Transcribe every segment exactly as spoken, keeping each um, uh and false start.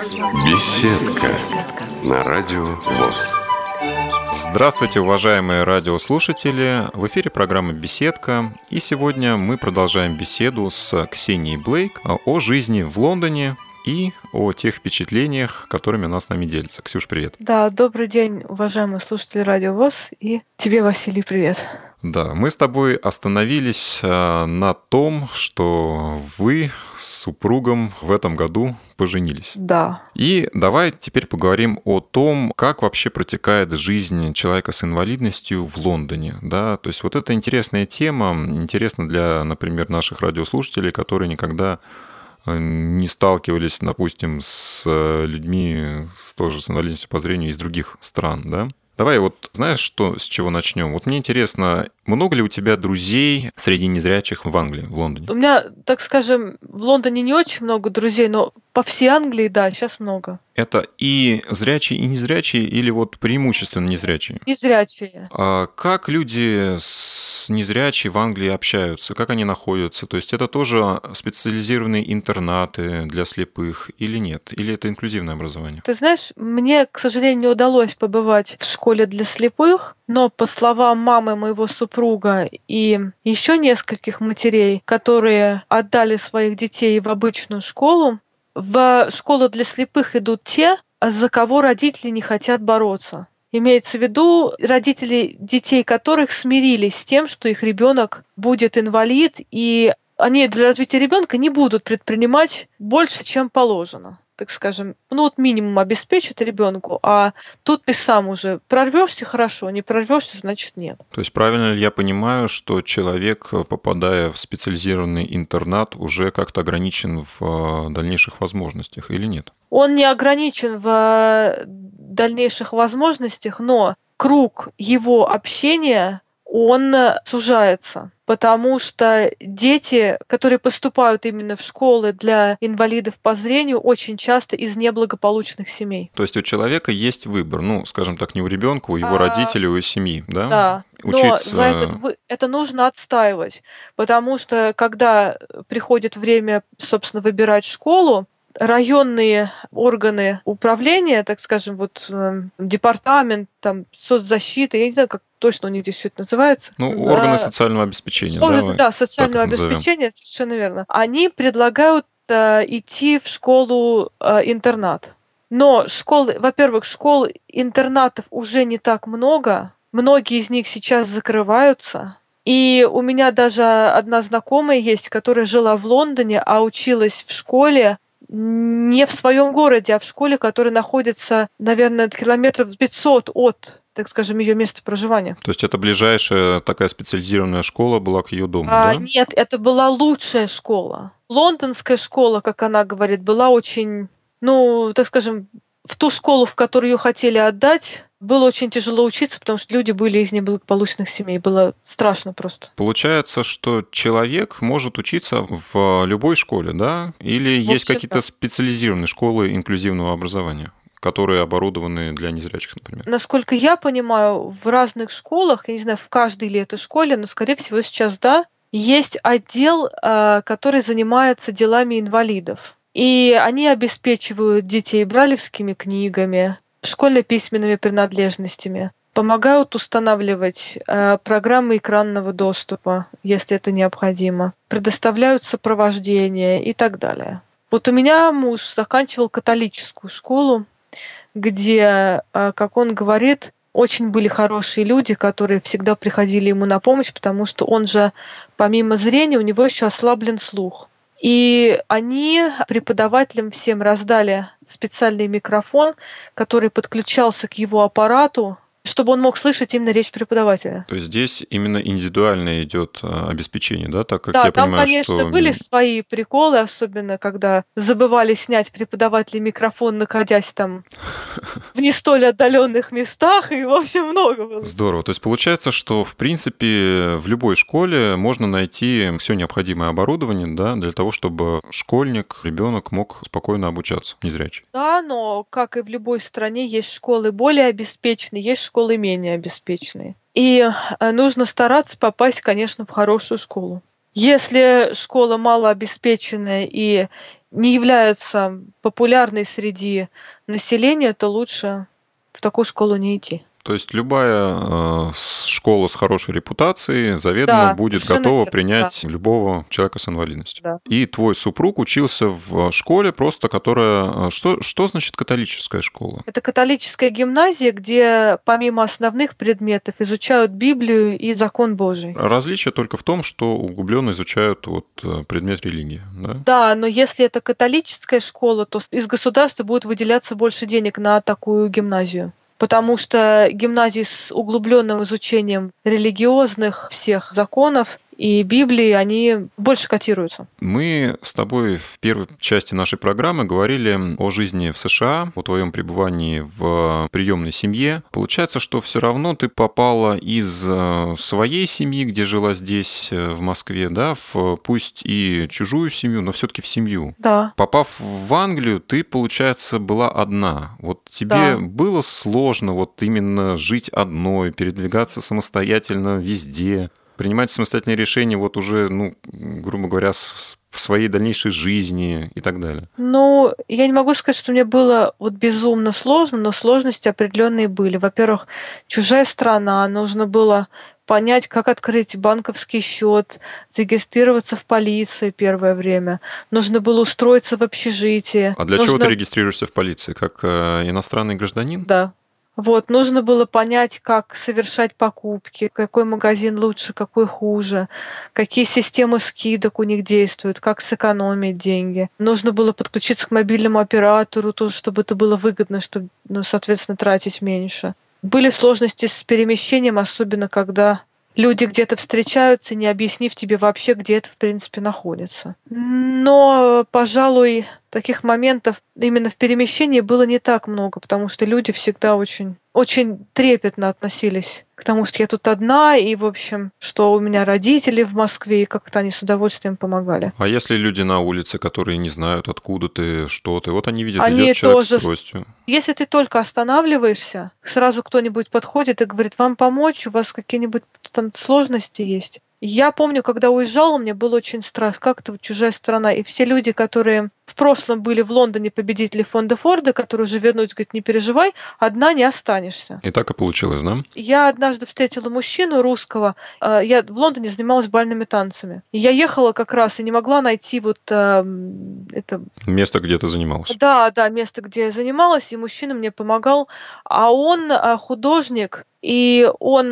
Беседка на радио ВОС. Здравствуйте, уважаемые радиослушатели! В эфире программа «Беседка». И сегодня мы продолжаем беседу с Ксенией Блейк о жизни в Лондоне и о тех впечатлениях, которыми она с нами делится. Ксюш, привет! Да, добрый день, уважаемые слушатели радио ВОС. И тебе, Василий, привет! Да, мы с тобой остановились на том, что вы с супругом в этом году поженились. Да. И давай теперь поговорим о том, как вообще протекает жизнь человека с инвалидностью в Лондоне. Да? То есть вот это интересная тема, интересна для, например, наших радиослушателей, которые никогда не сталкивались, допустим, с людьми тоже с инвалидностью по зрению из других стран, да? Давай вот, знаешь, что, с чего начнем? Вот мне интересно, много ли у тебя друзей среди незрячих в Англии, в Лондоне? У меня, так скажем, в Лондоне не очень много друзей, но по всей Англии, да, сейчас много. Это и зрячие, и незрячие, или вот преимущественно незрячие? Незрячие. А как люди с незрячие в Англии общаются? Как они находятся? То есть это тоже специализированные интернаты для слепых или нет? Или это инклюзивное образование? Ты знаешь, мне, к сожалению, не удалось побывать в школе для слепых, но по словам мамы моего супруга и еще нескольких матерей, которые отдали своих детей в обычную школу, в школу для слепых идут те, за кого родители не хотят бороться. Имеется в виду родители детей, которых смирились с тем, что их ребенок будет инвалид, и они для развития ребенка не будут предпринимать больше, чем положено. Так скажем, ну вот минимум обеспечат ребенку, а тут ты сам уже прорвешься хорошо, не прорвешься, значит нет. То есть правильно ли я понимаю, что человек, попадая в специализированный интернат, уже как-то ограничен в дальнейших возможностях или нет? Он не ограничен в дальнейших возможностях, но круг его общения, он сужается. Потому что дети, которые поступают именно в школы для инвалидов по зрению, очень часто из неблагополучных семей. То есть у человека есть выбор, ну, скажем так, не у ребенка, у его а... родителей, у его семьи, да? Да, учиться... но за этот, это нужно отстаивать, потому что когда приходит время, собственно, выбирать школу, районные органы управления, так скажем, вот э, департамент, там, соцзащиты, я не знаю, как точно у них здесь все это называется. Ну, органы а, социального обеспечения. Органы, да, социального обеспечения, совершенно верно. Они предлагают э, идти в школу-интернат. Э, Но школ, во-первых, школ-интернатов уже не так много. Многие из них сейчас закрываются. И у меня даже одна знакомая есть, которая жила в Лондоне, а училась в школе не в своем городе, а в школе, которая находится, наверное, километров пятьсот от, так скажем, ее места проживания. То есть это ближайшая такая специализированная школа была к ее дому, а, да? Нет, это была лучшая школа. Лондонская школа, как она говорит, была очень, ну, так скажем, в ту школу, в которую ее хотели отдать, было очень тяжело учиться, потому что люди были из неблагополучных семей. Было страшно просто. Получается, что человек может учиться в любой школе, да? Или есть какие-то специализированные школы инклюзивного образования, которые оборудованы для незрячих, например? Насколько я понимаю, в разных школах, я не знаю, в каждой ли этой школе, но, скорее всего, сейчас, да, есть отдел, который занимается делами инвалидов. И они обеспечивают детей брайлевскими книгами, школьно-письменными принадлежностями, помогают устанавливать э, программы экранного доступа, если это необходимо, предоставляют сопровождение и так далее. Вот у меня муж заканчивал католическую школу, где, э, как он говорит, очень были хорошие люди, которые всегда приходили ему на помощь, потому что он же, помимо зрения, у него еще ослаблен слух. И они преподавателям всем раздали специальный микрофон, который подключался к его аппарату, чтобы он мог слышать именно речь преподавателя. То есть здесь именно индивидуальное идет обеспечение, да, так как да, я там, понимаю, конечно, что... были свои приколы, особенно когда забывали снять преподавателей микрофон, находясь там в не столь отдаленных местах, и, в общем, много было. Здорово. То есть получается, что, в принципе, в любой школе можно найти все необходимое оборудование, да, для того, чтобы школьник, ребенок мог спокойно обучаться, незрячий. Да, но, как и в любой стране, есть школы более обеспеченные, есть школы менее обеспеченные. И нужно стараться попасть, конечно, в хорошую школу. Если школа малообеспеченная и не является популярной среди населения, то лучше в такую школу не идти. То есть любая э, школа с хорошей репутацией заведомо Да, будет совершенно готова верно, принять любого человека с инвалидностью. Да. И твой супруг учился в школе просто, которая... Что, что значит католическая школа? Это католическая гимназия, где помимо основных предметов изучают Библию и закон Божий. Различие только в том, что углубленно изучают вот предмет религии, да? Да, но если это католическая школа, то из государства будет выделяться больше денег на такую гимназию. Потому что гимназии с углубленным изучением религиозных всех законов и Библии, они больше котируются. Мы с тобой в первой части нашей программы говорили о жизни в США, о твоем пребывании в приемной семье. Получается, что все равно ты попала из своей семьи, где жила здесь, в Москве, да, в пусть и чужую семью, но все-таки в семью. Да. Попав в Англию, ты, получается, была одна. Вот тебе Да. было сложно вот именно жить одной, передвигаться самостоятельно везде, принимать самостоятельные решения вот уже, ну, грубо говоря, в своей дальнейшей жизни и так далее? Ну, я не могу сказать, что мне было вот безумно сложно, но сложности определенные были. Во-первых, чужая страна, нужно было понять, как открыть банковский счет, зарегистрироваться в полиции первое время. Нужно было устроиться в общежитие. А для нужно... чего ты регистрируешься в полиции? Как э, иностранный гражданин? Да. Вот, нужно было понять, как совершать покупки, какой магазин лучше, какой хуже, какие системы скидок у них действуют, как сэкономить деньги. Нужно было подключиться к мобильному оператору, тоже, чтобы это было выгодно, чтобы, ну, соответственно, тратить меньше. Были сложности с перемещением, особенно когда люди где-то встречаются, не объяснив тебе вообще, где это, в принципе, находится. Но, пожалуй, таких моментов именно в перемещении было не так много, потому что люди всегда очень, очень трепетно относились к тому, что я тут одна, и, в общем, что у меня родители в Москве, и как-то они с удовольствием помогали. А если люди на улице, которые не знают, откуда ты, что ты, вот они видят, Они идет человек тоже... с тростью. Если ты только останавливаешься, сразу кто-нибудь подходит и говорит: вам помочь, у вас какие-нибудь там сложности есть. Я помню, когда уезжала, мне было очень страшно, как это вот чужая страна. И все люди, которые в прошлом были в Лондоне победители фонда Форда, которые уже вернулись, говорят: не переживай, одна не останешься. И так и получилось, да? Я однажды встретила мужчину русского. Я в Лондоне занималась бальными танцами. И я ехала как раз и не могла найти вот э, это... Место, где ты занималась. Да, да, место, где я занималась, и мужчина мне помогал. А он художник, и он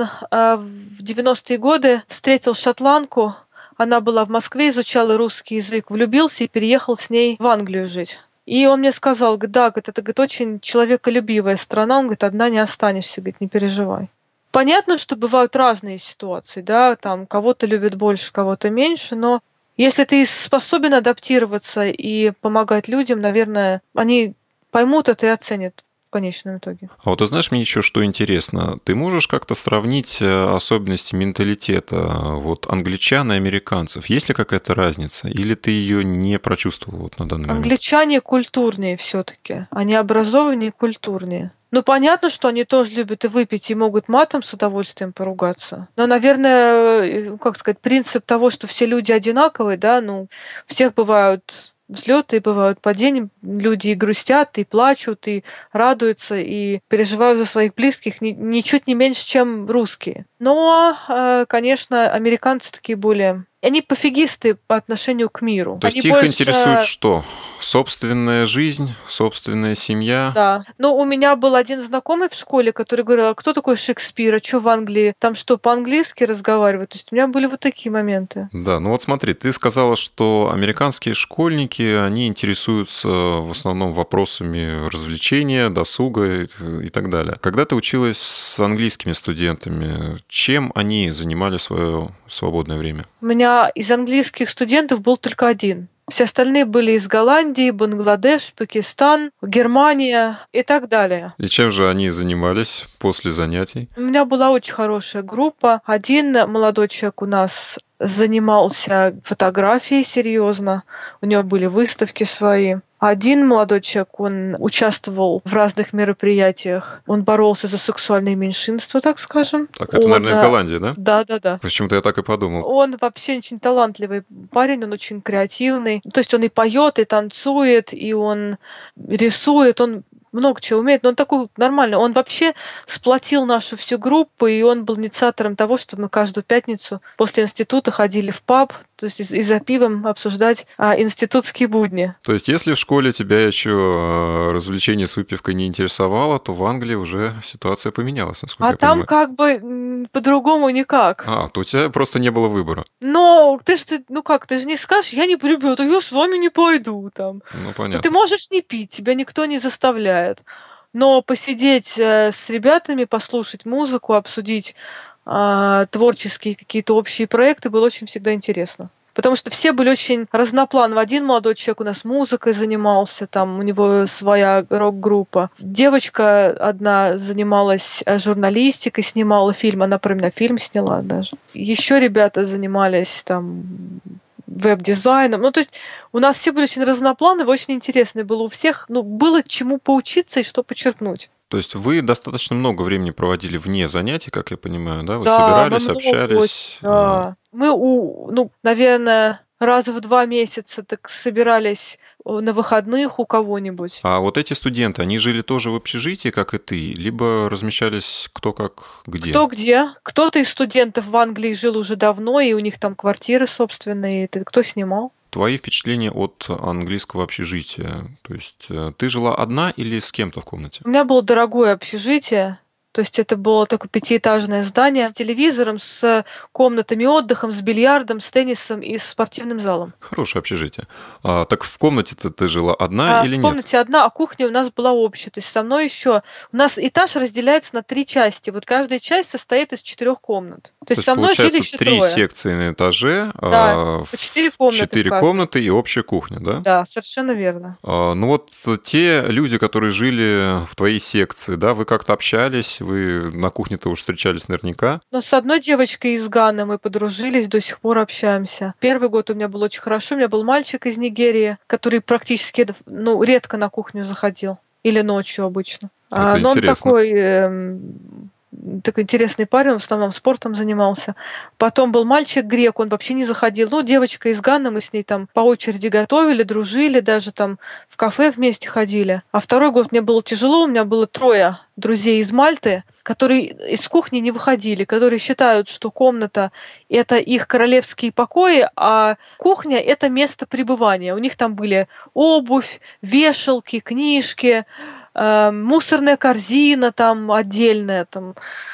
в девяностые годы встретил шотландку. Она была в Москве, изучала русский язык, влюбился и переехал с ней в Англию жить. И он мне сказал: да, говорит, это, говорит, очень человеколюбивая страна, он говорит, одна не останешься, говорит, не переживай. Понятно, что бывают разные ситуации, да, там кого-то любят больше, кого-то меньше, но если ты способен адаптироваться и помогать людям, наверное, они поймут это и оценят в конечном итоге. А вот ты знаешь, мне еще что интересно, ты можешь как-то сравнить особенности менталитета вот англичан и американцев? Есть ли какая-то разница? Или ты ее не прочувствовал вот на данный момент? Англичане культурнее все-таки, они образованнее и культурнее. Ну, понятно, что они тоже любят и выпить, и могут матом с удовольствием поругаться. Но, наверное, как сказать, принцип того, что все люди одинаковые, да, ну, у всех бывают взлеты и бывают падения, люди и грустят, и плачут, и радуются, и переживают за своих близких ни, ничуть не меньше, чем русские. Но, конечно, американцы такие более... Они пофигисты по отношению к миру. То есть Они их больше... интересует что? Собственная жизнь, собственная семья? Да. Но у меня был один знакомый в школе, который говорил: а кто такой Шекспир, а что в Англии? Там что, по-английски разговаривают? То есть у меня были вот такие моменты. Да, ну вот смотри, ты сказала, что американские школьники, они интересуются в основном вопросами развлечения, досуга и так далее. Когда ты училась с английскими студентами, чем они занимали свое свободное время? У меня из английских студентов был только один. Все остальные были из Голландии, Бангладеш, Пакистан, Германия и так далее. И чем же они занимались после занятий? У меня была очень хорошая группа. Один молодой человек у нас занимался фотографией серьезно, у него были выставки свои. Один молодой человек, он участвовал в разных мероприятиях, он боролся за сексуальные меньшинства, так скажем. Так, это, он, наверное, из Голландии, да? Да, да, да. Почему-то я так и подумал. Он вообще очень талантливый парень, он очень креативный. То есть он и поет, и танцует, и он рисует, он много чего умеет, но он такой нормальный. Он вообще сплотил нашу всю группу, и он был инициатором того, что мы каждую пятницу после института ходили в паб, то есть и за пивом обсуждать а, институтские будни. То есть если в школе тебя еще развлечение с выпивкой не интересовало, то в Англии уже ситуация поменялась, насколько а я там понимаю. как бы по-другому никак. А, то у тебя просто не было выбора. Но ты же, ну как, ты же не скажешь, я не ребята, я с вами не пойду там. Ну, Ну, понятно. ты можешь не пить, тебя никто не заставляет. Но посидеть э, с ребятами, послушать музыку, обсудить э, творческие какие-то общие проекты было очень всегда интересно. Потому что все были очень разноплановые. Один молодой человек у нас музыкой занимался, там у него своя рок-группа. Девочка одна занималась журналистикой, снимала фильм, она про меня фильм сняла даже. Еще ребята занимались там веб-дизайном. Ну, то есть у нас все были очень разноплановые, очень интересные было у всех. Ну, было чему поучиться и что подчеркнуть. То есть вы достаточно много времени проводили вне занятий, как я понимаю, да? Вы Да, собирались, мы много общались. очень, да. Мы, у, ну, наверное, раз в два месяца так собирались на выходных у кого-нибудь. А вот эти студенты, они жили тоже в общежитии, как и ты, либо размещались кто как где? Кто где. Кто-то из студентов в Англии жил уже давно, и у них там квартиры собственные. Кто снимал? Твои впечатления от английского общежития? То есть ты жила одна или с кем-то в комнате? У меня было дорогое общежитие. То есть это было такое пятиэтажное здание с телевизором, с комнатами отдыха, с бильярдом, с теннисом и с спортивным залом. Хорошее общежитие. А, так в комнате-то ты жила одна А, или в нет? комнате одна, а кухня у нас была общая. То есть со мной еще... У нас этаж разделяется на три части. Вот каждая часть состоит из четырех комнат. То есть, То есть со мной жили получается еще три трое. секции на этаже, Да, а, по четыре комнаты в четыре каждой. комнаты и общая кухня, да? Да, совершенно верно. А, ну вот те люди, которые жили в твоей секции, да, вы как-то общались, вы на кухне-то уж встречались наверняка. Но с одной девочкой из Ганы мы подружились, до сих пор общаемся. Первый год у меня был очень хорошо. У меня был мальчик из Нигерии, который практически, ну, редко на кухню заходил. Или ночью обычно. Это а, но он интересно. такой, эм, такой интересный парень, он в основном спортом занимался. Потом был мальчик грек, он вообще не заходил. Ну, девочка из Ганы, мы с ней там по очереди готовили, дружили, даже там в кафе вместе ходили. А второй год мне было тяжело, у меня было трое друзей из Мальты, которые из кухни не выходили, которые считают, что комната – это их королевские покои, а кухня – это место пребывания. У них там были обувь, вешалки, книжки, э, мусорная корзина там отдельная, там,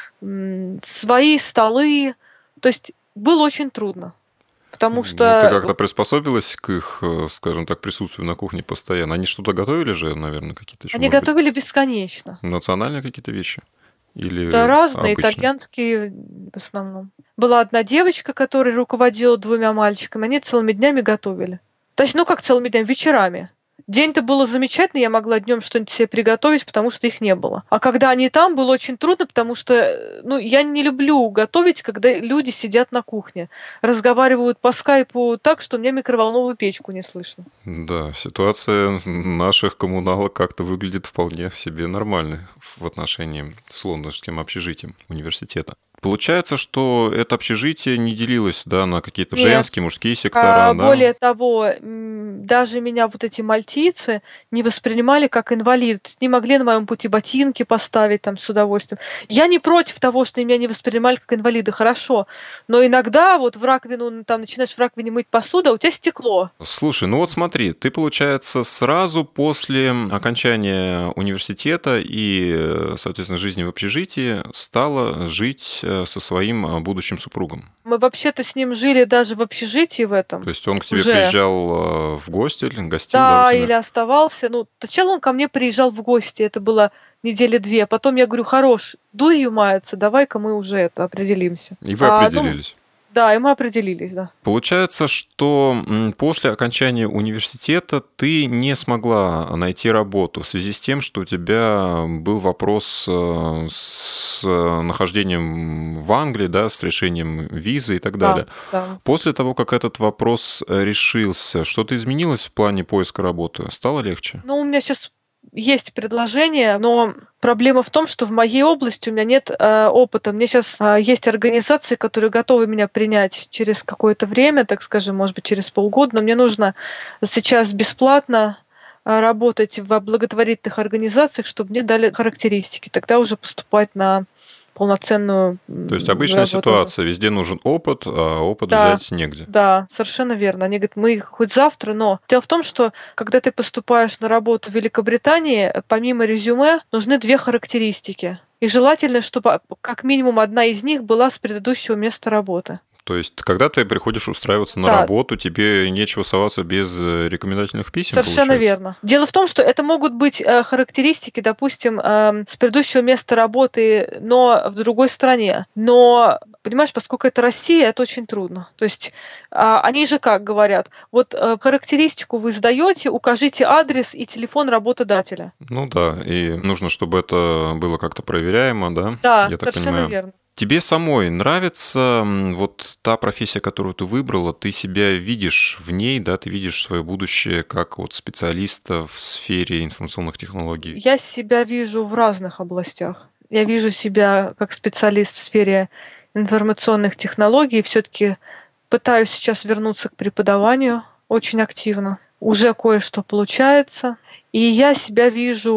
м, свои столы. То есть было очень трудно. Потому Ну, что... ты как-то приспособилась к их, э, скажем так, присутствию на кухне постоянно? Они что-то готовили же, наверное, какие-то еще, Они может быть, готовили бесконечно. национальные какие-то вещи? Или Да, разные, обычные? итальянские в основном. Была одна девочка, которая руководила двумя мальчиками, они целыми днями готовили. То есть, ну как целыми днями, вечерами. День-то было замечательно, я могла днем что-нибудь себе приготовить, потому что их не было. А когда они там, было очень трудно, потому что, ну, я не люблю готовить, когда люди сидят на кухне, разговаривают по скайпу так, что мне микроволновую печку не слышно. Да, ситуация наших коммуналок как-то выглядит вполне себе нормальной в отношении с лондонским общежитием университета. Получается, что это общежитие не делилось, да, на какие-то Нет. женские, мужские сектора, А, да? более того, м, даже меня вот эти мальтийцы не воспринимали как инвалид, то есть не могли на моем пути ботинки поставить там с удовольствием. Я не против того, что меня не воспринимали как инвалида, хорошо, но иногда вот в раковину, ну, там начинаешь в раковине мыть посуду, а у тебя стекло. Слушай, ну вот смотри, ты, получается, сразу после окончания университета и, соответственно, жизни в общежитии стала жить со своим будущим супругом. Мы вообще-то с ним жили даже в общежитии в этом. То есть он к тебе Уже. приезжал в гости, или гостил, да, Да, у тебя? или оставался. Ну, сначала он ко мне приезжал в гости, это было недели две. Потом я говорю, хорош, дурью мается, давай-ка мы уже это определимся. И вы А, ну, определились. Да, и мы определились, да. Получается, что после окончания университета ты не смогла найти работу в связи с тем, что у тебя был вопрос с нахождением в Англии, да, с решением визы и так далее. Да, да. После того, как этот вопрос решился, что-то изменилось в плане поиска работы? Стало легче? Ну, у меня сейчас есть предложение, но проблема в том, что в моей области у меня нет э, опыта. Мне сейчас э, есть организации, которые готовы меня принять через какое-то время, так скажем, может быть, через полгода, но мне нужно сейчас бесплатно э, работать в благотворительных организациях, чтобы мне дали характеристики. Тогда уже поступать на полноценную То есть обычная работу. ситуация, везде нужен опыт, а опыт Да, взять негде. да, совершенно верно. Они говорят, мы хоть завтра, но... Дело в том, что когда ты поступаешь на работу в Великобритании, помимо резюме нужны две характеристики. И желательно, чтобы как минимум одна из них была с предыдущего места работы. То есть, когда ты приходишь устраиваться на Да. работу, тебе нечего соваться без рекомендательных писем, Совершенно получается? верно. Дело в том, что это могут быть э, характеристики, допустим, э, с предыдущего места работы, но в другой стране. Но, понимаешь, поскольку это Россия, это очень трудно. То есть э, они же как говорят, вот э, характеристику вы сдаете, укажите адрес и телефон работодателя. Ну да, и нужно, чтобы это было как-то проверяемо, да? Да, Я так совершенно понимаю. верно. Тебе самой нравится м, вот та профессия, которую ты выбрала, ты себя видишь в ней, да, ты видишь свое будущее как вот специалиста в сфере информационных технологий? Я себя вижу в разных областях. Я вижу себя как специалист в сфере информационных технологий. Все-таки пытаюсь сейчас вернуться к преподаванию очень активно. Уже кое-что получается. И я себя вижу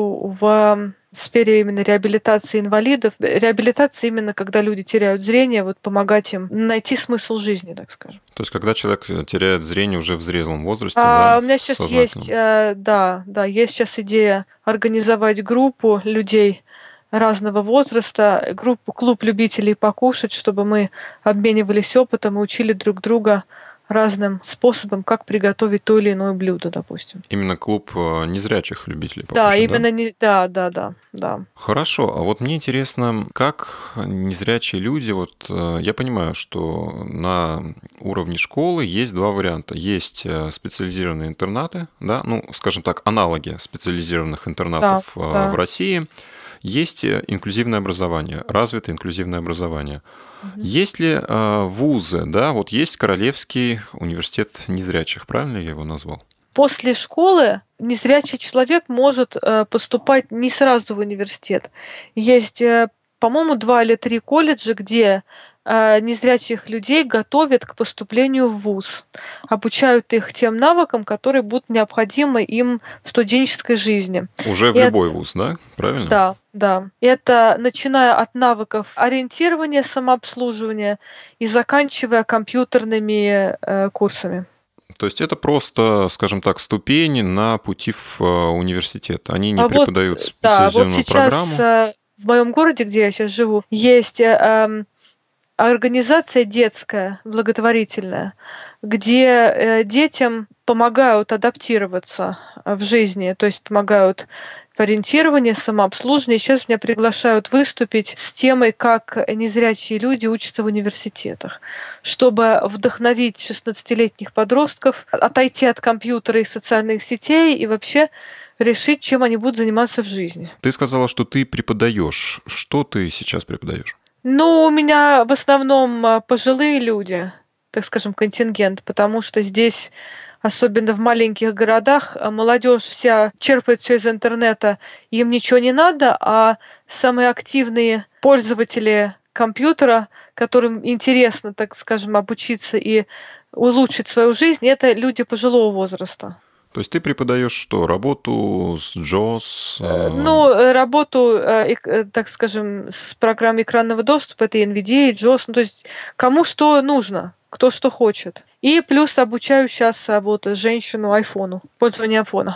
в сфере именно реабилитации инвалидов. Реабилитация именно, когда люди теряют зрение, вот помогать им найти смысл жизни, так скажем. То есть, когда человек теряет зрение уже в зрелом возрасте, А да, у меня сейчас сознательном. есть, э, да, да, есть сейчас идея организовать группу людей разного возраста, группу, клуб любителей покушать, чтобы мы обменивались опытом и учили друг друга разным способом, как приготовить то или иное блюдо, допустим. Именно клуб э, незрячих любителей Да, покушать, именно не, да, да, да, да. Хорошо, а вот мне интересно, как незрячие люди, вот э, я понимаю, что на уровне школы есть два варианта. Есть э, специализированные интернаты, да, ну, скажем так, аналоги специализированных интернатов Да, э, да. в России. Есть э, инклюзивное образование, развитое инклюзивное образование. Есть ли э, вузы, да, вот есть Королевский университет незрячих, правильно я его назвал? После школы незрячий человек может э, поступать не сразу в университет. Есть, э, по-моему, два или три колледжа, где э, незрячих людей готовят к поступлению в вуз, обучают их тем навыкам, которые будут необходимы им в студенческой жизни. Уже в И любой вуз, да? Правильно? Да, да. Это начиная от навыков ориентирования, самообслуживания и заканчивая компьютерными э, курсами. То есть это просто, скажем так, ступени на пути в э, университет. Они не А вот, преподают э, да, вот специализированную сейчас программу. э, в моем городе, где я сейчас живу, есть э, эм, организация детская, благотворительная, где э, детям помогают адаптироваться э, в жизни, то есть помогают в ориентировании, самообслуживании. Сейчас меня приглашают выступить с темой, как незрячие люди учатся в университетах, чтобы вдохновить шестнадцатилетних подростков отойти от компьютера и социальных сетей и вообще решить, чем они будут заниматься в жизни. Ты сказала, что ты преподаешь. Что ты сейчас преподаешь? Ну, у меня в основном а, пожилые люди, так скажем, контингент, потому что здесь, особенно в маленьких городах, а, молодежь вся черпает все из интернета, им ничего не надо, а самые активные пользователи компьютера, которым интересно, так скажем, обучиться и улучшить свою жизнь, это люди пожилого возраста. То есть ты преподаешь что? Работу с джоус? Э, э, Ну, э, работу, э, эк- э, так скажем, с программой экранного доступа, это и эн ви ди эй, и джоус, ну, то есть кому что нужно, кто что хочет. И плюс обучаю сейчас а, вот женщину айфону, пользование айфона.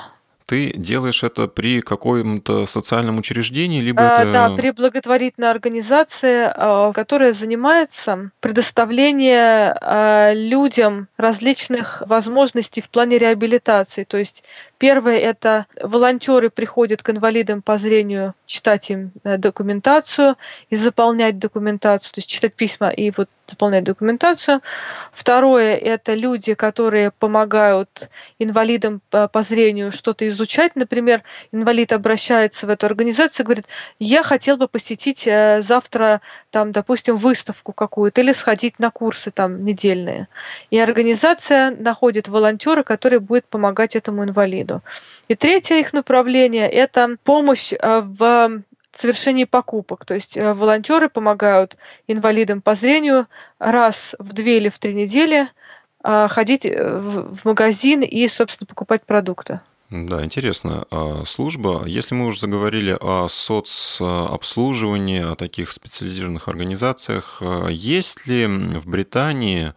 Ты делаешь это при каком-то социальном учреждении, либо А, это... Да, при благотворительной организации, а, которая занимается предоставлением а, людям различных возможностей в плане реабилитации. То есть первое — это волонтеры приходят к инвалидам по зрению читать им э, документацию и заполнять документацию, то есть читать письма и вот заполнять документацию. Второе — это люди, которые помогают инвалидам по по зрению что-то изучать. Например, инвалид обращается в эту организацию и говорит: я хотел бы посетить э, завтра, там, допустим, выставку какую-то или сходить на курсы там недельные. И организация находит волонтера, который будет помогать этому инвалиду. И третье их направление — это помощь э, в совершении покупок. То есть э, волонтеры помогают инвалидам по зрению раз в две или в три недели э, ходить э, в в магазин и, собственно, покупать продукты. Да, интересно. А служба, если мы уже заговорили о соцобслуживании, о таких специализированных организациях, а есть ли в Британии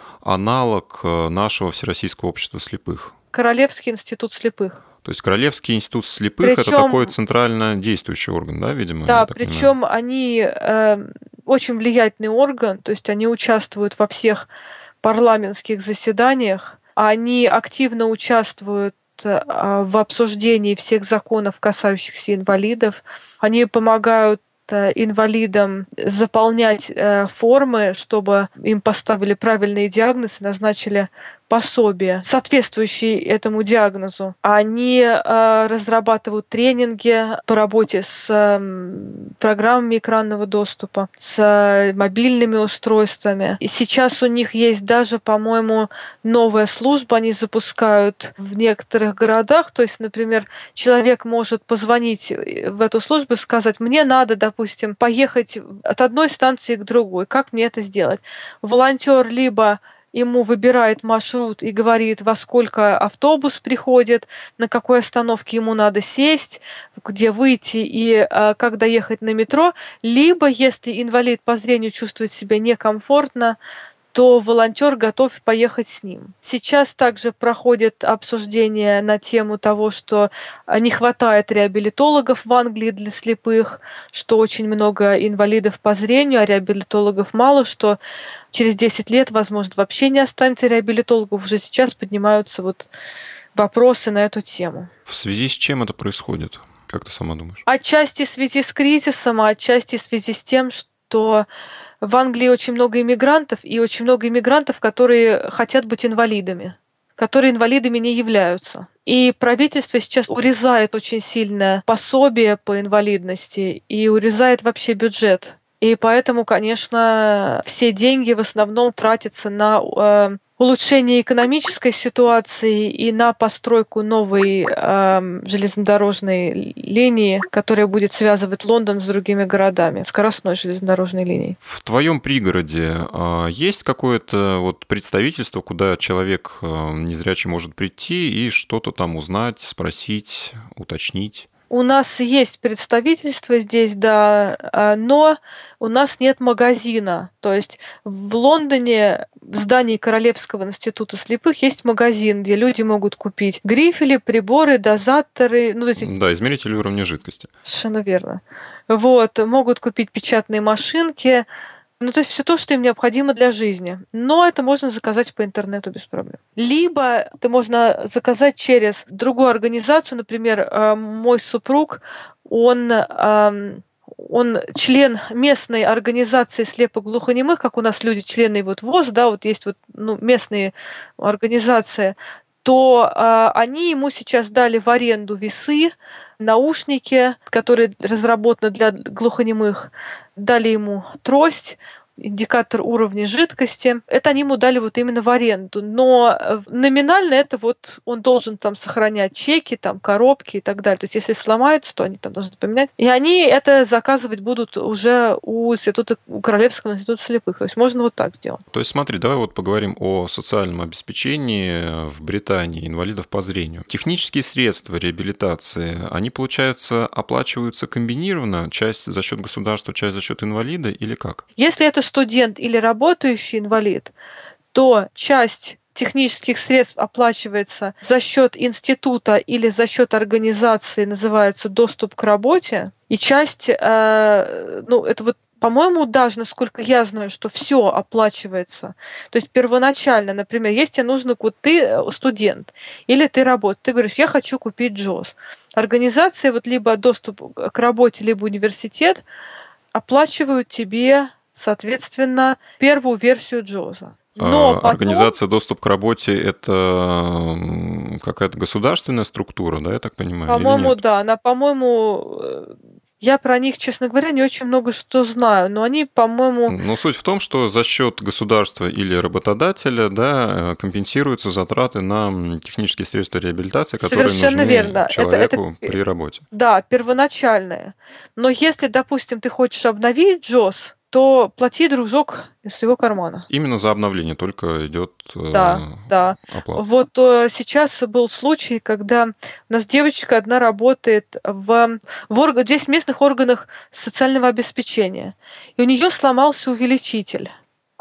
аналог э, нашего Всероссийского общества слепых? Королевский институт слепых. То есть Королевский институт слепых — это такой Причем, центрально действующий орган, да, видимо, я да, так понимаю? причем они э, очень влиятельный орган, то есть они участвуют во всех парламентских заседаниях, они активно участвуют а, в обсуждении всех законов, касающихся инвалидов. Они помогают э, инвалидам заполнять э, формы, чтобы им поставили правильные диагнозы, назначили пособие, соответствующие этому диагнозу. Они э, разрабатывают тренинги по работе с э, программами экранного доступа, с э, мобильными устройствами. И сейчас у них есть даже, по-моему, новая служба, они запускают в некоторых городах. То есть, например, человек может позвонить в эту службу и сказать: мне надо, допустим, поехать от одной станции к другой. Как мне это сделать? Волонтер либо ему выбирает маршрут и говорит, во сколько автобус приходит, на какой остановке ему надо сесть, где выйти и а, как доехать на метро. Либо, если инвалид по зрению чувствует себя некомфортно, то волонтер готов поехать с ним. Сейчас также проходит обсуждение на тему того, что а, не хватает реабилитологов в Англии для слепых, что очень много инвалидов по зрению, а реабилитологов мало, что через десять лет, возможно, вообще не останется реабилитологов. Уже сейчас поднимаются вот вопросы на эту тему. В связи с чем это происходит? Как ты сама думаешь? Отчасти в связи с кризисом, а отчасти в связи с тем, что в Англии очень много иммигрантов, и очень много иммигрантов, которые хотят быть инвалидами, которые инвалидами не являются. И правительство сейчас урезает очень сильно пособие по инвалидности и урезает вообще бюджет. И поэтому, конечно, все деньги в основном тратятся на э, улучшение экономической ситуации и на постройку новой э, железнодорожной линии, которая будет связывать Лондон с другими городами, скоростной железнодорожной линией. В твоем пригороде а, есть какое-то вот представительство, куда человек а, незрячий может прийти и что-то там узнать, спросить, уточнить? У нас есть представительство здесь, да, а, но у нас нет магазина. То есть в Лондоне, в здании Королевского института слепых, есть магазин, где люди могут купить грифели, приборы, дозаторы. Ну, эти... Да, измеритель уровня жидкости. Совершенно верно. Вот, могут купить печатные машинки. Ну, то есть все то, что им необходимо для жизни. Но это можно заказать по интернету без проблем. Либо это можно заказать через другую организацию. Например, э, мой супруг, он, э, он член местной организации слепоглухонемых, как у нас люди, члены вот ВОС, да, вот есть вот ну, местные организации, то э, они ему сейчас дали в аренду весы, наушники, которые разработаны для глухонемых, дали ему трость, индикатор уровня жидкости. Это они ему дали вот именно в аренду. Но номинально это вот он должен там сохранять чеки, там коробки и так далее. То есть если сломаются, то они там должны поменять. И они это заказывать будут уже у института, у Королевского института слепых. То есть можно вот так сделать. То есть смотри, давай вот поговорим о социальном обеспечении в Британии инвалидов по зрению. Технические средства реабилитации, они, получается, оплачиваются комбинированно, часть за счет государства, часть за счет инвалида или как? Если это студент или работающий инвалид, то часть технических средств оплачивается за счет института или за счет организации, называется доступ к работе, и часть, э, ну, это вот, по-моему, даже, насколько я знаю, что все оплачивается. То есть первоначально, например, если тебе нужно, вот ты студент или ты работаешь, ты говоришь, я хочу купить джоз. Организация, вот либо доступ к работе, либо университет оплачивают тебе, соответственно, первую версию джоза. Но потом... Организация «Доступ к работе» — это какая-то государственная структура, да, я так понимаю? По-моему, да. Она, по-моему, я про них, честно говоря, не очень много что знаю, но они, по-моему... Но суть в том, что за счет государства или работодателя, да, компенсируются затраты на технические средства реабилитации, которые Совершенно нужны верно. человеку это, это... при работе. Да, первоначальные. Но если, допустим, ты хочешь обновить джоз, то плати, дружок, из своего кармана. Именно за обновление только идет да, э, да. оплата. Вот э, сейчас был случай, когда у нас девочка одна работает в, в орг... здесь местных органах социального обеспечения, и у нее сломался увеличитель.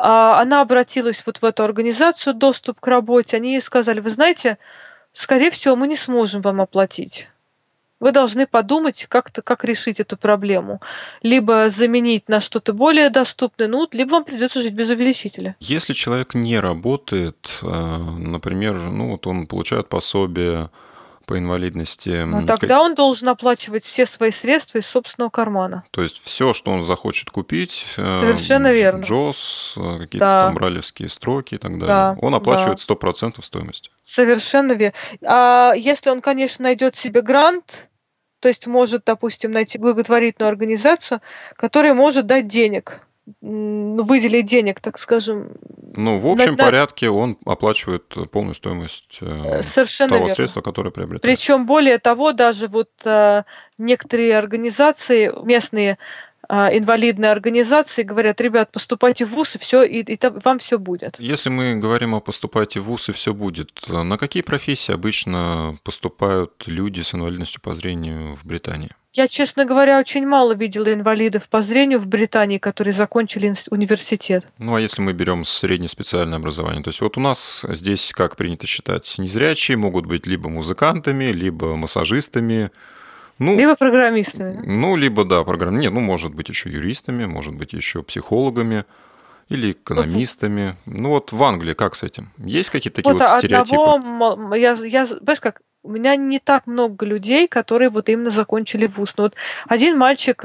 А она обратилась вот в эту организацию «Доступ к работе», они ей сказали, вы знаете, скорее всего, мы не сможем вам оплатить. Вы должны подумать, как-то, как решить эту проблему. Либо заменить на что-то более доступное, ну, либо вам придется жить без увеличителя. Если человек не работает, например, ну, вот он получает пособие по инвалидности. Ну, тогда он должен оплачивать все свои средства из собственного кармана. То есть все, что он захочет купить, совершенно верно. джоз, какие-то да. там брайлевские строки и так далее, да. он оплачивает да. сто процентов стоимости. Совершенно верно. А если он, конечно, найдет себе грант, то есть может, допустим, найти благотворительную организацию, которая может дать денег, выделить денег, так скажем. Ну, в общем на... порядке он оплачивает полную стоимость Совершенно того верно. средства, которое приобретает. Причем более того, даже вот а, некоторые организации, местные а, инвалидные организации говорят, ребят, поступайте в вуз, и все, и, и там, вам все будет. Если мы говорим о поступайте в вуз, и все будет, на какие профессии обычно поступают люди с инвалидностью по зрению в Британии? Я, честно говоря, очень мало видела инвалидов по зрению в Британии, которые закончили университет. Ну, а если мы берем среднеспециальное образование? То есть вот у нас здесь, как принято считать, незрячие могут быть либо музыкантами, либо массажистами. Ну, либо программистами. Ну, либо, да, программ... Нет, ну, может быть, еще юристами, может быть, еще психологами или экономистами. Ну, вот в Англии как с этим? Есть какие-то такие вот, вот стереотипы? Одного, я, я, знаешь как, у меня не так много людей, которые вот именно закончили вуз. Но вот один мальчик,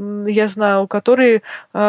я знаю, который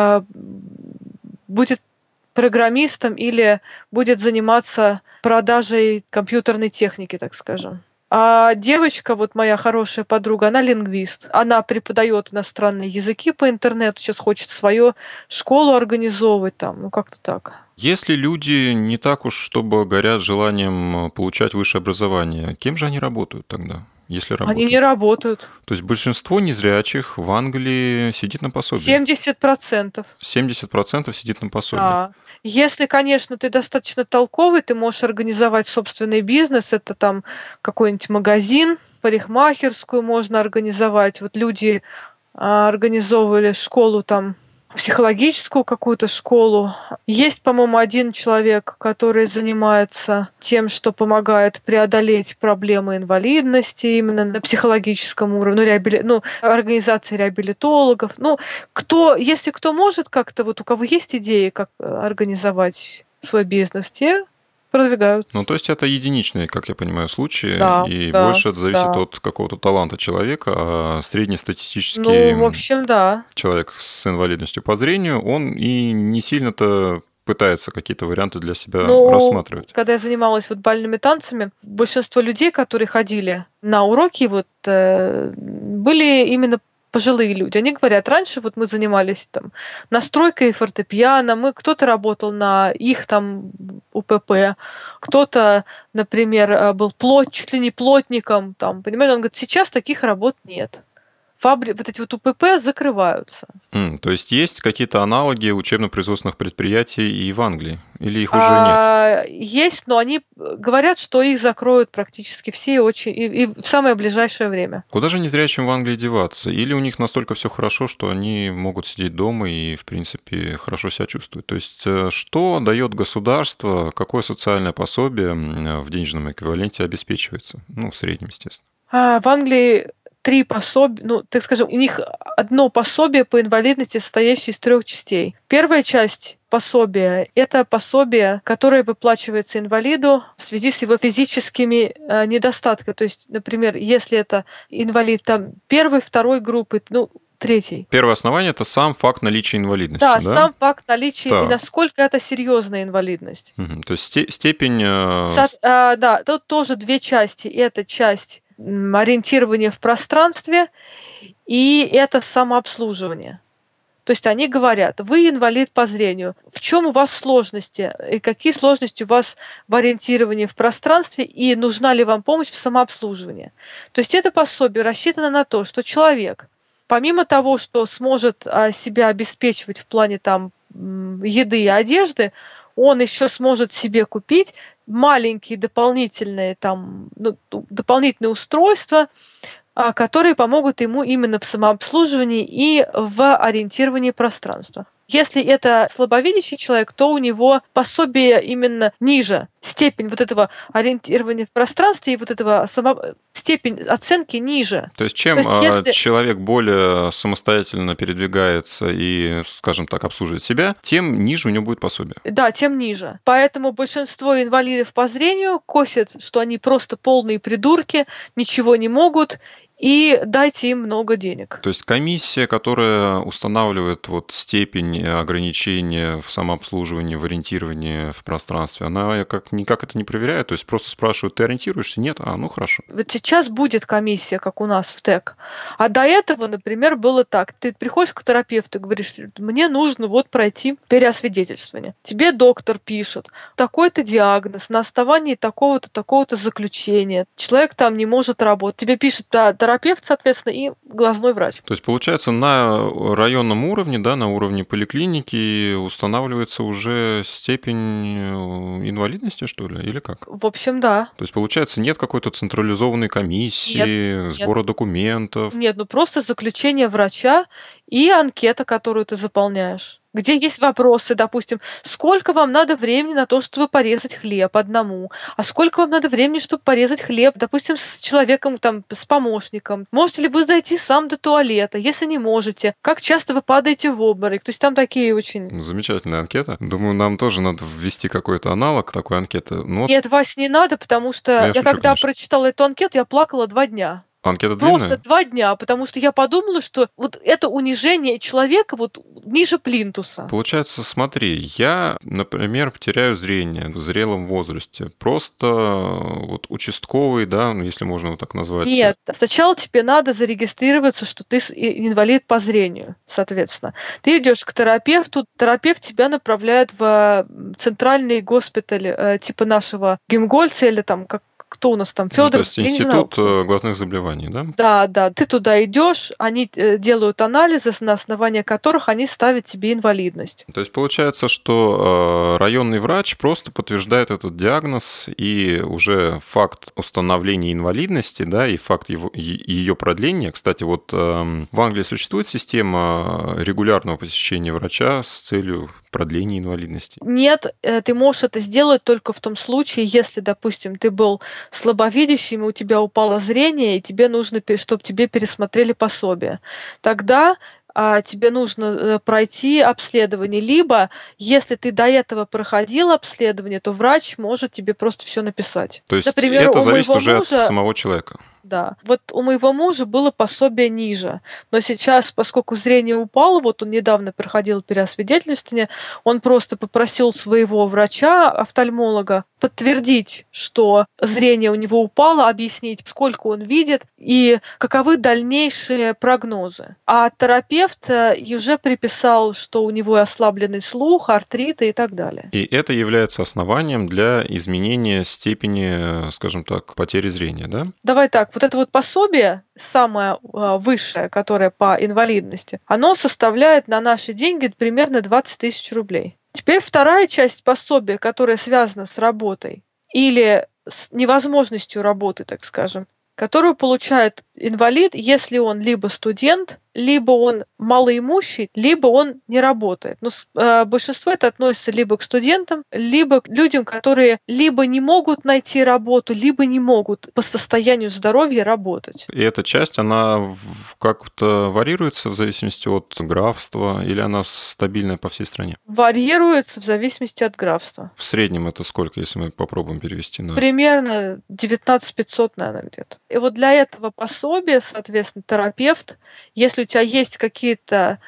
будет программистом или будет заниматься продажей компьютерной техники, так скажем. А девочка, вот моя хорошая подруга, она лингвист. Она преподает иностранные языки по интернету, сейчас хочет свою школу организовывать там, ну как-то так. Если люди не так уж, чтобы горят желанием получать высшее образование, кем же они работают тогда? Если работают? Они не работают. То есть большинство незрячих в Англии сидит на пособии? семьдесят процентов. семьдесят процентов сидит на пособии? Да. Если, конечно, ты достаточно толковый, ты можешь организовать собственный бизнес, это там какой-нибудь магазин, парикмахерскую можно организовать. Вот люди а, организовывали школу там, психологическую какую-то школу. Есть, по-моему, один человек, который занимается тем, что помогает преодолеть проблемы инвалидности именно на психологическом уровне, ну, реабили... ну организация реабилитологов. Ну, кто, если кто может как-то, вот у кого есть идеи, как организовать свой бизнес, те продвигают. Ну, то есть это единичные, как я понимаю, случаи, да, и да, больше это зависит да. от какого-то таланта человека, а среднестатистический ну, в общем, да. человек с инвалидностью по зрению, он и не сильно-то пытается какие-то варианты для себя ну, рассматривать. Когда я занималась вот бальными танцами, большинство людей, которые ходили на уроки, вот, э, были именно пожилые люди. Они говорят, раньше вот мы занимались там настройкой фортепиано, мы, кто-то работал на их там УПП, кто-то, например, был плот, чуть ли не плотником, там, понимаете, он говорит, сейчас таких работ нет. фабри... вот эти вот УПП закрываются. Mm, то есть есть какие-то аналоги учебно-производственных предприятий и в Англии? Или их уже а, нет? Есть, но они говорят, что их закроют практически все очень... и, и в самое ближайшее время. Куда же незрячим в Англии деваться? Или у них настолько все хорошо, что они могут сидеть дома и, в принципе, хорошо себя чувствуют? То есть что дает государство, какое социальное пособие в денежном эквиваленте обеспечивается? Ну, в среднем, естественно. А, в Англии три пособия, ну, так скажем, у них одно пособие по инвалидности, состоящее из трех частей. Первая часть пособия – это пособие, которое выплачивается инвалиду в связи с его физическими э, недостатками. То есть, например, если это инвалид там первой, второй группы, ну, третий. Первое основание – это сам факт наличия инвалидности, да? Да, сам факт наличия так. и насколько это серьезная инвалидность. Угу. То есть степень… Со, э, да, тут тоже две части. Это часть ориентирования в пространстве, и это самообслуживание. То есть они говорят, вы инвалид по зрению, в чем у вас сложности, и какие сложности у вас в ориентировании в пространстве, и нужна ли вам помощь в самообслуживании. То есть это пособие рассчитано на то, что человек, помимо того, что сможет себя обеспечивать в плане там еды и одежды, он еще сможет себе купить маленькие дополнительные там, ну, дополнительные устройства, которые помогут ему именно в самообслуживании и в ориентировании пространства. Если это слабовидящий человек, то у него пособие именно ниже, степень вот этого ориентирования в пространстве и вот этого само... степень оценки ниже. То есть чем То есть, если... человек более самостоятельно передвигается и, скажем так, обслуживает себя, тем ниже у него будет пособие. Да, тем ниже. Поэтому большинство инвалидов по зрению косят, что они просто полные придурки, ничего не могут, и дайте им много денег. То есть комиссия, которая устанавливает вот степень ограничения в самообслуживании, в ориентировании в пространстве, она как, никак это не проверяет? То есть просто спрашивают, ты ориентируешься? Нет? А, ну хорошо. Вот сейчас будет комиссия, как у нас в ТЭК. А до этого, например, было так. Ты приходишь к терапевту и говоришь, мне нужно вот пройти переосвидетельствование. Тебе доктор пишет такой-то диагноз на основании такого-то, такого-то заключения. Человек там не может работать. Тебе пишет, да, терапевт, соответственно, и глазной врач. То есть, получается, на районном уровне, да, на уровне поликлиники устанавливается уже степень инвалидности, что ли, или как? В общем, да. То есть, получается, нет какой-то централизованной комиссии, нет, сбора нет. документов? Нет, ну просто заключение врача и анкета, которую ты заполняешь, где есть вопросы, допустим, сколько вам надо времени на то, чтобы порезать хлеб одному, а сколько вам надо времени, чтобы порезать хлеб, допустим, с человеком, там, с помощником. Можете ли вы дойти сам до туалета? Если не можете, как часто вы падаете в обморок? То есть там такие очень... Замечательная анкета. Думаю, нам тоже надо ввести какой-то аналог такой анкеты. Но... Нет, Вась, не надо, потому что я, я шучу, когда конечно. прочитала эту анкету, я плакала два дня. Анкета Просто длинная? два дня, потому что я подумала, что вот это унижение человека вот ниже плинтуса. Получается, смотри, я, например, потеряю зрение в зрелом возрасте. Просто вот участковый, да, ну, если можно вот так назвать. Нет, сначала тебе надо зарегистрироваться, что ты инвалид по зрению, соответственно. Ты идешь к терапевту, терапевт тебя направляет в центральный госпиталь типа нашего Гемгольца или там как кто у нас там, Федоров? Ну, то есть институт глазных заболеваний, да? Да, да. Ты туда идешь, они делают анализы, на основании которых они ставят тебе инвалидность. То есть получается, что районный врач просто подтверждает этот диагноз, и уже факт установления инвалидности, да, и факт его, ее продления. Кстати, вот в Англии существует система регулярного посещения врача с целью продления инвалидности? Нет, ты можешь это сделать только в том случае, если, допустим, ты был слабовидящим, у тебя упало зрение, и тебе нужно, чтобы тебе пересмотрели пособие. Тогда а, тебе нужно пройти обследование. Либо, если ты до этого проходил обследование, то врач может тебе просто все написать. То есть Например, это зависит уже мужа... от самого человека? Да. Вот у моего мужа было пособие ниже. Но сейчас, поскольку зрение упало, вот он недавно проходил переосвидетельствование, он просто попросил своего врача, офтальмолога, подтвердить, что зрение у него упало, объяснить, сколько он видит и каковы дальнейшие прогнозы. А терапевт уже приписал, что у него ослабленный слух, артриты и так далее. И это является основанием для изменения степени, скажем так, потери зрения, да? Давай так, Вот это вот пособие, самое высшее, которое по инвалидности, оно составляет на наши деньги примерно двадцать тысяч рублей. Теперь вторая часть пособия, которая связана с работой или с невозможностью работы, так скажем, которую получает инвалид, если он либо студент, либо он малоимущий, либо он не работает. Но э, большинство это относится либо к студентам, либо к людям, которые либо не могут найти работу, либо не могут по состоянию здоровья работать. И эта часть, она как-то варьируется в зависимости от графства, или она стабильная по всей стране? Варьируется в зависимости от графства. В среднем это сколько, если мы попробуем перевести на... Примерно девятнадцать пятьсот, наверное, где-то. И вот для этого пособия, соответственно, терапевт, если у тебя есть какие-то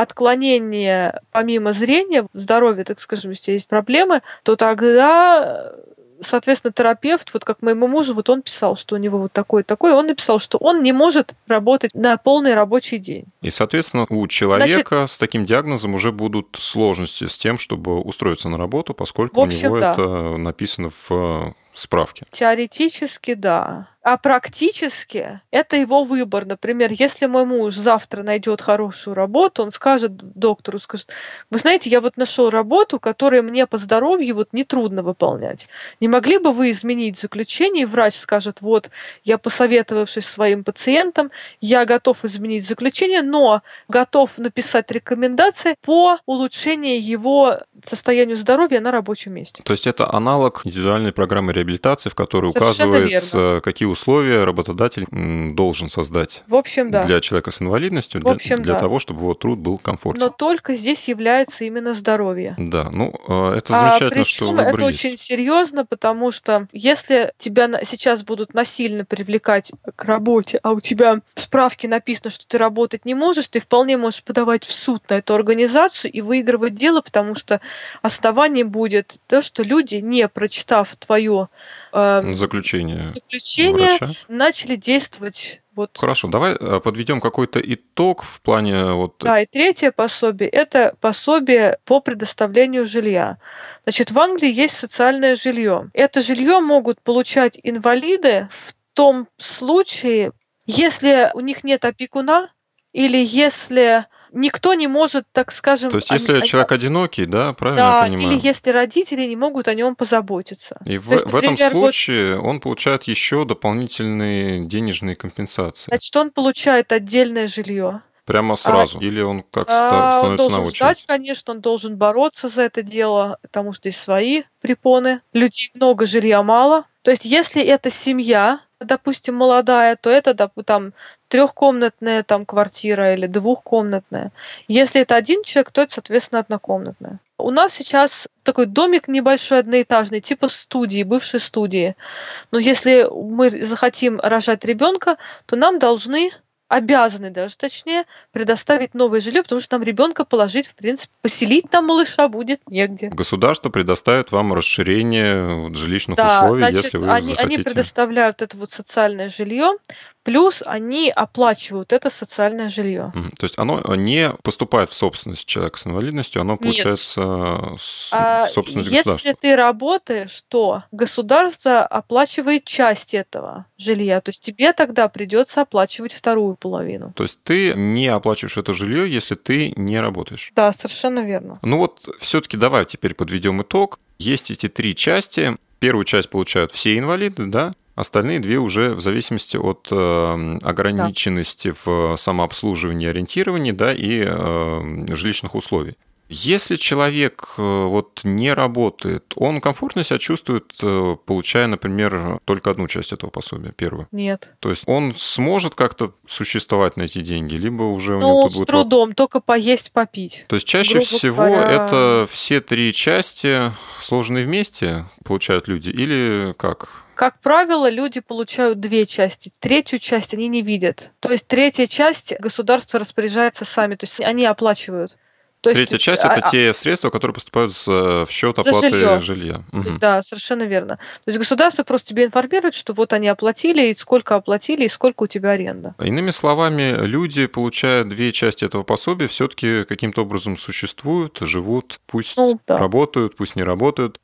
отклонения помимо зрения, здоровья, так скажем, если есть проблемы, то тогда, соответственно, терапевт, вот как моему мужу, вот он писал, что у него вот такой-такой, он написал, что он не может работать на полный рабочий день. И, соответственно, у человека Значит, с таким диагнозом уже будут сложности с тем, чтобы устроиться на работу, поскольку в общем, у него да. это написано в справке. Теоретически, да. А практически это его выбор. Например, если мой муж завтра найдет хорошую работу, он скажет доктору, скажет: вы знаете, я вот нашел работу, которую мне по здоровью вот нетрудно выполнять. Не могли бы вы изменить заключение? И врач скажет: вот, я, посоветовавшись своим пациентам, я готов изменить заключение, но готов написать рекомендации по улучшению его состоянию здоровья на рабочем месте. То есть это аналог индивидуальной программы реабилитации, в которой Совершенно указывается, верно. какие условия работодатель должен создать в общем, да. для человека с инвалидностью, в общем, для, для да. того, чтобы его труд был комфортен. Но только здесь является именно здоровье. Да, ну это замечательно, а что выбор это есть. очень серьезно, потому что если тебя сейчас будут насильно привлекать к работе, а у тебя в справке написано, что ты работать не можешь, ты вполне можешь подавать в суд на эту организацию и выигрывать дело, потому что основанием будет то, что люди, не прочитав твое Заключение, заключение врача. начали действовать. Вот. Хорошо, давай подведем какой-то итог в плане... Вот... Да, и третье пособие – это пособие по предоставлению жилья. Значит, в Англии есть социальное жилье. Это жилье могут получать инвалиды в том случае, если у них нет опекуна или если... Никто не может, так скажем... То есть, если о... человек одинокий, да, правильно да, я понимаю? или если родители не могут о нем позаботиться. И в, есть, в этом например, случае вот... он получает еще дополнительные денежные компенсации. Значит, он получает отдельное жилье. Прямо сразу? А, Или он как а, становится он должен на очередь? ждать, конечно, он должен бороться за это дело, потому что есть свои препоны. Людей много, жилья мало. То есть, если это семья, допустим, молодая, то это, допустим, там трехкомнатная там квартира или двухкомнатная. Если это один человек, то это, соответственно, однокомнатная. У нас сейчас такой домик небольшой, одноэтажный, типа студии, бывшей студии. Но если мы захотим рожать ребенка, то нам должны, обязаны даже, точнее, предоставить новое жилье, потому что нам ребенка положить, в принципе, поселить там малыша будет негде. Государство предоставит вам расширение жилищных да, условий, значит, если вы они, захотите. Они предоставляют это вот социальное жилье, плюс они оплачивают это социальное жилье. То есть оно не поступает в собственность человека с инвалидностью, оно получается с... а собственность если государства. Если ты работаешь, то государство оплачивает часть этого жилья, то есть тебе тогда придется оплачивать вторую половину. То есть ты не оплачиваешь это жилье, если ты не работаешь. Да, совершенно верно. Ну вот все-таки давай теперь подведем итог. Есть эти три части. Первую часть получают все инвалиды, да? Остальные две уже в зависимости от э, ограниченности да. в самообслуживании, ориентировании, да, и э, жилищных условий. Если человек вот не работает, он комфортно себя чувствует, получая, например, только одну часть этого пособия, первую? Нет. То есть он сможет как-то существовать на эти деньги, либо уже у ну, него тут с будет... трудом, только поесть, попить. То есть чаще Грубо всего говоря... это все три части сложные вместе получают люди или как? Как правило, люди получают две части. Третью часть они не видят. То есть третья часть государство распоряжается сами, то есть они оплачивают. То Третья есть, часть – а, это те средства, которые поступают в счет оплаты жилье. жилья. Угу. Да, совершенно верно. То есть государство просто тебе информирует, что вот они оплатили, и сколько оплатили, и сколько у тебя аренда. Иными словами, люди, получая две части этого пособия, все-таки каким-то образом существуют, живут, пусть ну, да. работают, пусть не работают.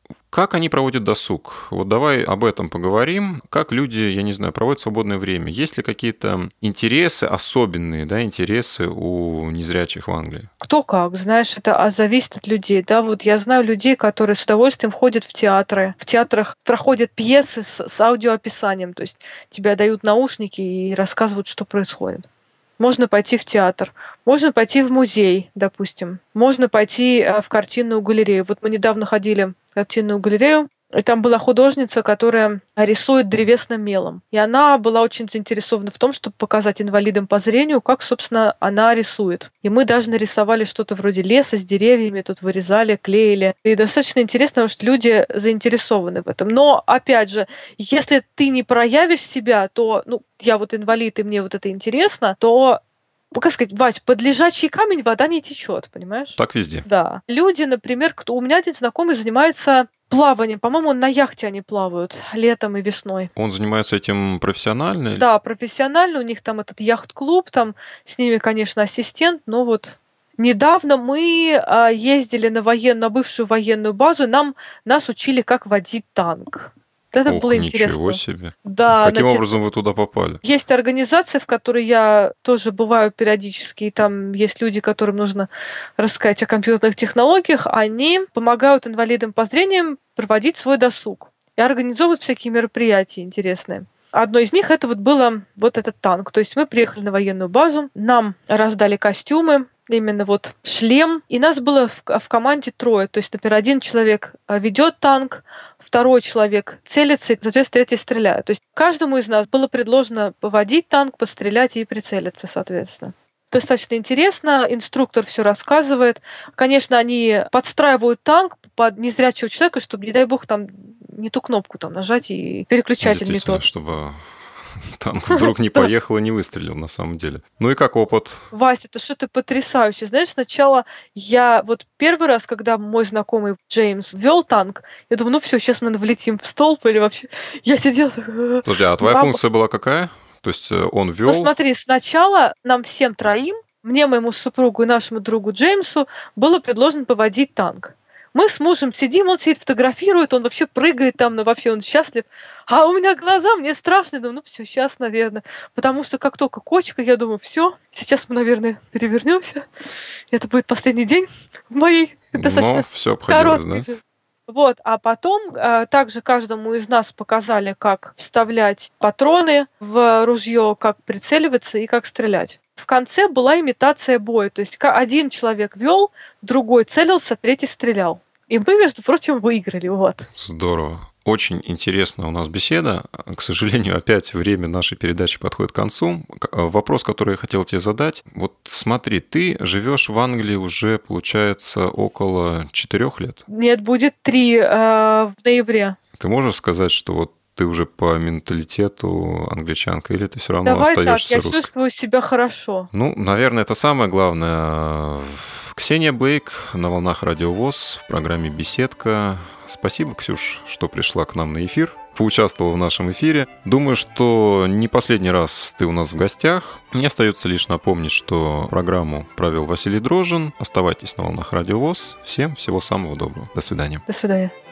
Как они проводят досуг? Вот давай об этом поговорим. Как люди, я не знаю, проводят свободное время? Есть ли какие-то интересы, особенные, да, интересы у незрячих в Англии? Кто как, знаешь, это зависит от людей, да, вот я знаю людей, которые с удовольствием ходят в театры, в театрах проходят пьесы с, с аудиоописанием, то есть тебе дают наушники и рассказывают, что происходит. Можно пойти в театр, можно пойти в музей, допустим, можно пойти в картинную галерею. Вот мы недавно ходили в картинную галерею, и там была художница, которая рисует древесным мелом. И она была очень заинтересована в том, чтобы показать инвалидам по зрению, как, собственно, она рисует. И мы даже нарисовали что-то вроде леса с деревьями, тут вырезали, клеили. И достаточно интересно, потому что люди заинтересованы в этом. Но, опять же, если ты не проявишь себя, то, ну, я вот инвалид, и мне вот это интересно, то, ну, как сказать, Вась, под лежачий камень вода не течет, понимаешь? Так везде. Да. Люди, например, кто... у меня один знакомый занимается плаванием. По-моему, на яхте они плавают летом и весной. Он занимается этим профессионально? Да, профессионально. У них там этот яхт-клуб, там с ними, конечно, ассистент, но вот недавно мы а, ездили на, воен... на бывшую военную базу, нам... нас учили, как водить танк. Это Ох, было интересно. Ничего себе. Да, Каким значит, образом вы туда попали? есть организация, в которой я тоже бываю периодически, и там есть люди, которым нужно рассказать о компьютерных технологиях. Они помогают инвалидам по зрению проводить свой досуг и организовывают всякие мероприятия интересные. Одно из них это вот было вот этот танк. То есть мы приехали на военную базу, нам раздали костюмы, именно вот шлем, и нас было в, в команде трое. То есть, например, один человек ведет танк, второй человек целится, и, соответственно, третий стреляет. То есть каждому из нас было предложено поводить танк, пострелять и прицелиться, соответственно. Достаточно интересно, инструктор все рассказывает. Конечно, они подстраивают танк под незрячего человека, чтобы, не дай бог, там не ту кнопку там нажать и переключатель не тот. Чтобы танк вдруг не поехал и не выстрелил на самом деле. Ну и как опыт? Вася, это что-то потрясающее. Знаешь, сначала я вот первый раз, когда мой знакомый Джеймс вел танк, я думаю, ну все, сейчас мы влетим в столб или вообще... Я сидела... Подожди, а твоя функция была какая? То есть он вел? Ну смотри, сначала нам всем троим, мне, моему супругу и нашему другу Джеймсу, было предложено поводить танк. Мы с мужем сидим, он сидит, фотографирует, он вообще прыгает там, ну вообще он счастлив. А у меня глаза, мне страшно, я думаю, ну все, сейчас, наверное. Потому что как только кочка, я думаю, все, сейчас мы, наверное, перевернемся. Это будет последний день в моей достаточно Но все обходилось, да? жизни. Вот, а потом а, также каждому из нас показали, как вставлять патроны в ружье, как прицеливаться и как стрелять. В конце была имитация боя, то есть один человек вел, другой целился, третий стрелял. И мы, между прочим, выиграли. Вот. Здорово. Очень интересная у нас беседа. К сожалению, опять время нашей передачи подходит к концу. Вопрос, который я хотел тебе задать. Вот смотри, ты живешь в Англии уже, получается, около четырех лет? Нет, будет три э, в ноябре. Ты можешь сказать, что вот ты уже по менталитету англичанка, или ты все равно Давай остаешься так, я русской? чувствую себя хорошо. Ну, наверное, это самое главное. Ксения Блейк на волнах Радио ВОС в программе «Беседка». Спасибо, Ксюш, что пришла к нам на эфир, поучаствовала в нашем эфире. Думаю, что не последний раз ты у нас в гостях. Мне остается лишь напомнить, что программу провел Василий Дрожжин. Оставайтесь на волнах Радио ВОС. Всем всего самого доброго. До свидания. До свидания.